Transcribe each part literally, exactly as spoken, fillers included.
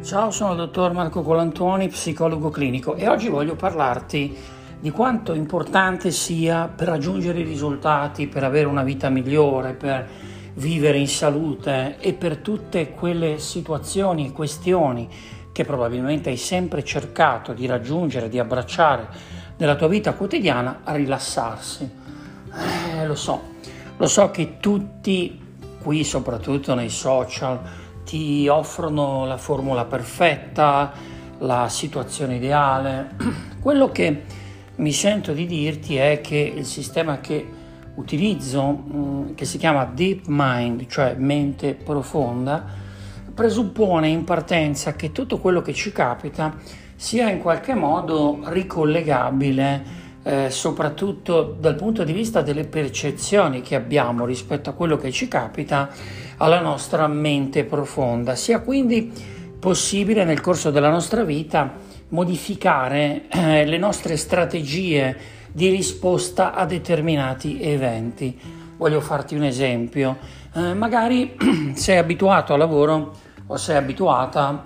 Ciao, sono il dottor Marco Colantoni, psicologo clinico, e oggi voglio parlarti di quanto importante sia per raggiungere i risultati, per avere una vita migliore, per vivere in salute e per tutte quelle situazioni e questioni che probabilmente hai sempre cercato di raggiungere, di abbracciare nella tua vita quotidiana, a rilassarsi. Eh, lo so, lo so che tutti qui, soprattutto nei social, ti offrono la formula perfetta, la situazione ideale. Quello che mi sento di dirti è che il sistema che utilizzo, che si chiama Deep Mind, cioè mente profonda, presuppone in partenza che tutto quello che ci capita sia in qualche modo ricollegabile, eh, soprattutto dal punto di vista delle percezioni che abbiamo rispetto a quello che ci capita, alla nostra mente profonda. Sia quindi possibile nel corso della nostra vita modificare eh, le nostre strategie di risposta a determinati eventi. Voglio farti un esempio. Eh, magari sei abituato al lavoro o sei abituata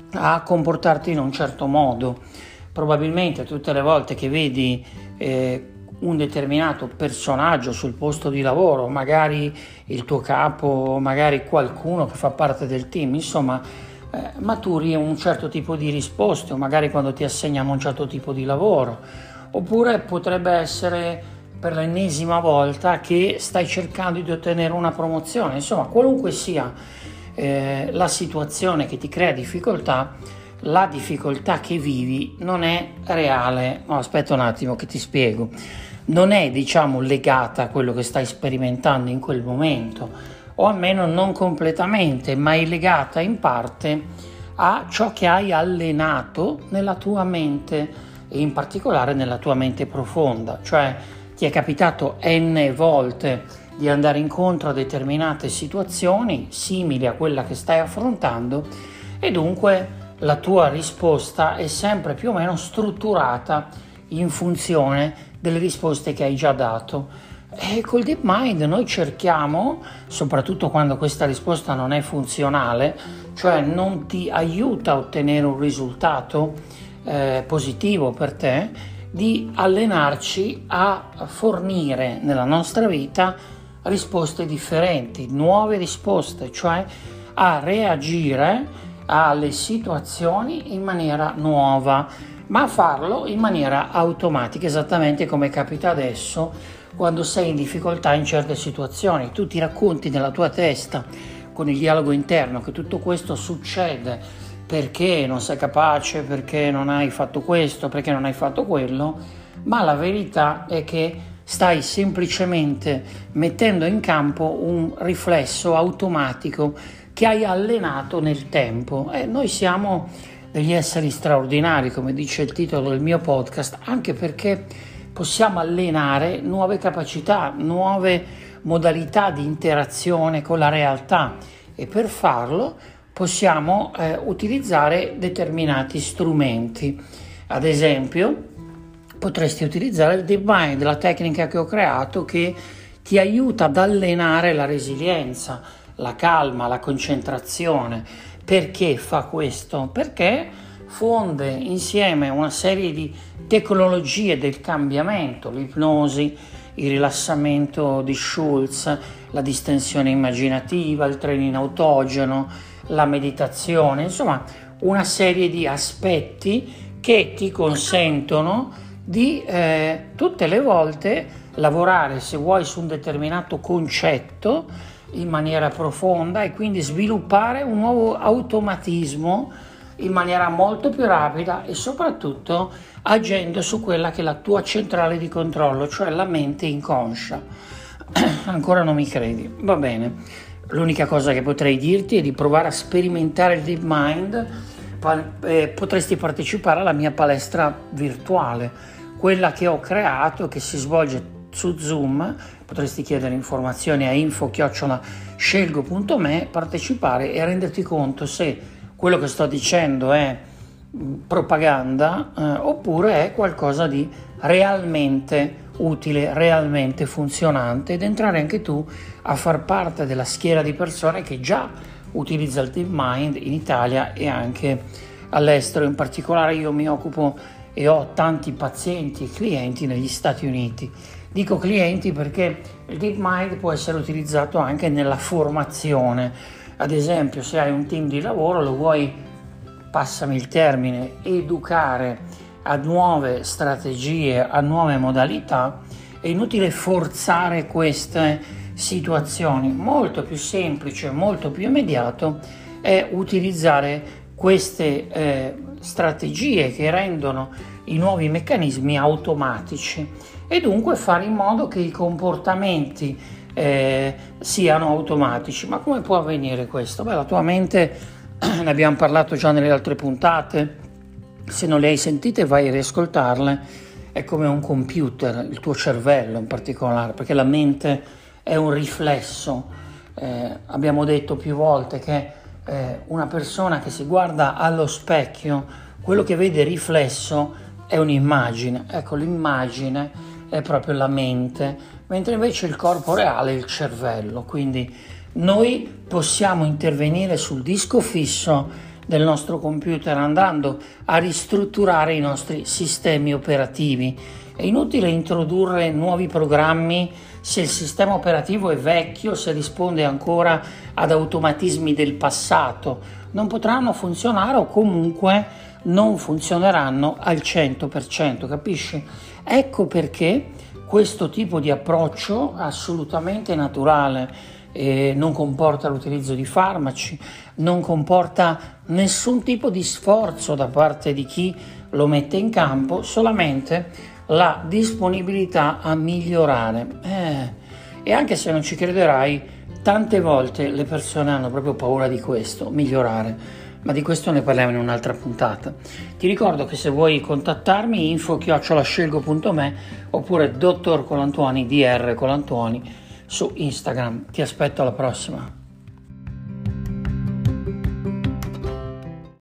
a comportarti in un certo modo. Probabilmente tutte le volte che vedi eh, un determinato personaggio sul posto di lavoro, magari il tuo capo, magari qualcuno che fa parte del team, insomma, eh, maturi un certo tipo di risposte, o magari quando ti assegnano un certo tipo di lavoro, oppure potrebbe essere per l'ennesima volta che stai cercando di ottenere una promozione. Insomma, qualunque sia eh, la situazione che ti crea difficoltà, la difficoltà che vivi non è reale. No, aspetta un attimo che ti spiego. Non è, diciamo, legata a quello che stai sperimentando in quel momento, o almeno non completamente, ma è legata in parte a ciò che hai allenato nella tua mente, e in particolare nella tua mente profonda. Cioè, ti è capitato n volte di andare incontro a determinate situazioni simili a quella che stai affrontando, e dunque la tua risposta è sempre più o meno strutturata in funzione delle risposte che hai già dato. E col Deep Mind noi cerchiamo, soprattutto quando questa risposta non è funzionale, cioè non ti aiuta a ottenere un risultato eh, positivo per te, di allenarci a fornire nella nostra vita risposte differenti, nuove risposte, cioè a reagire alle situazioni in maniera nuova, ma a farlo in maniera automatica, esattamente come capita adesso quando sei in difficoltà in certe situazioni. Tu ti racconti nella tua testa, con il dialogo interno, che tutto questo succede perché non sei capace, perché non hai fatto questo, perché non hai fatto quello, ma la verità è che stai semplicemente mettendo in campo un riflesso automatico che hai allenato nel tempo. E noi siamo degli esseri straordinari, come dice il titolo del mio podcast, anche perché possiamo allenare nuove capacità, nuove modalità di interazione con la realtà, e per farlo possiamo eh, utilizzare determinati strumenti. Ad esempio, potresti utilizzare il Deep Mind, la tecnica che ho creato, che ti aiuta ad allenare la resilienza, la calma, la concentrazione. Perché fa questo? Perché fonde insieme una serie di tecnologie del cambiamento, l'ipnosi, il rilassamento di Schultz, la distensione immaginativa, il training autogeno, la meditazione, insomma una serie di aspetti che ti consentono di eh, tutte le volte lavorare, se vuoi, su un determinato concetto in maniera profonda, e quindi sviluppare un nuovo automatismo in maniera molto più rapida, e soprattutto agendo su quella che è la tua centrale di controllo, cioè la mente inconscia. Ancora non mi credi? Va bene. L'unica cosa che potrei dirti è di provare a sperimentare il Deep Mind. Potresti partecipare alla mia palestra virtuale, quella che ho creato, che si svolge su Zoom. Potresti chiedere informazioni a info chiocciola scelgo punto me, partecipare e renderti conto se quello che sto dicendo è propaganda eh, oppure è qualcosa di realmente utile, realmente funzionante, ed entrare anche tu a far parte della schiera di persone che già utilizza il DeepMind in Italia e anche all'estero. In particolare io mi occupo e ho tanti pazienti e clienti negli Stati Uniti. Dico clienti perché il DeepMind può essere utilizzato anche nella formazione. Ad esempio, se hai un team di lavoro, lo vuoi, passami il termine, educare a nuove strategie, a nuove modalità, è inutile forzare queste situazioni. Molto più semplice, molto più immediato è utilizzare queste eh, strategie che rendono i nuovi meccanismi automatici e dunque fare in modo che i comportamenti eh, siano automatici. Ma come può avvenire questo? Beh, la tua mente, ne abbiamo parlato già nelle altre puntate, se non le hai sentite vai a riascoltarle, è come un computer, il tuo cervello in particolare, perché la mente è un riflesso. Eh, abbiamo detto più volte che eh, una persona che si guarda allo specchio, quello che vede riflesso è un'immagine. Ecco, l'immagine è proprio la mente, mentre invece il corpo reale è il cervello. Quindi noi possiamo intervenire sul disco fisso del nostro computer andando a ristrutturare i nostri sistemi operativi. È inutile introdurre nuovi programmi se il sistema operativo è vecchio, se risponde ancora ad automatismi del passato. Non potranno funzionare o comunque non funzioneranno al cento per cento, capisci? Ecco perché questo tipo di approccio assolutamente naturale eh, non comporta l'utilizzo di farmaci, non comporta nessun tipo di sforzo da parte di chi lo mette in campo, solamente la disponibilità a migliorare. Eh, e anche se non ci crederai, tante volte le persone hanno proprio paura di questo, migliorare. Ma di questo ne parliamo in un'altra puntata. Ti ricordo che se vuoi contattarmi, info chiocciola scelgo punto me oppure dottor Colantuoni, dr Colantuoni su Instagram. Ti aspetto alla prossima.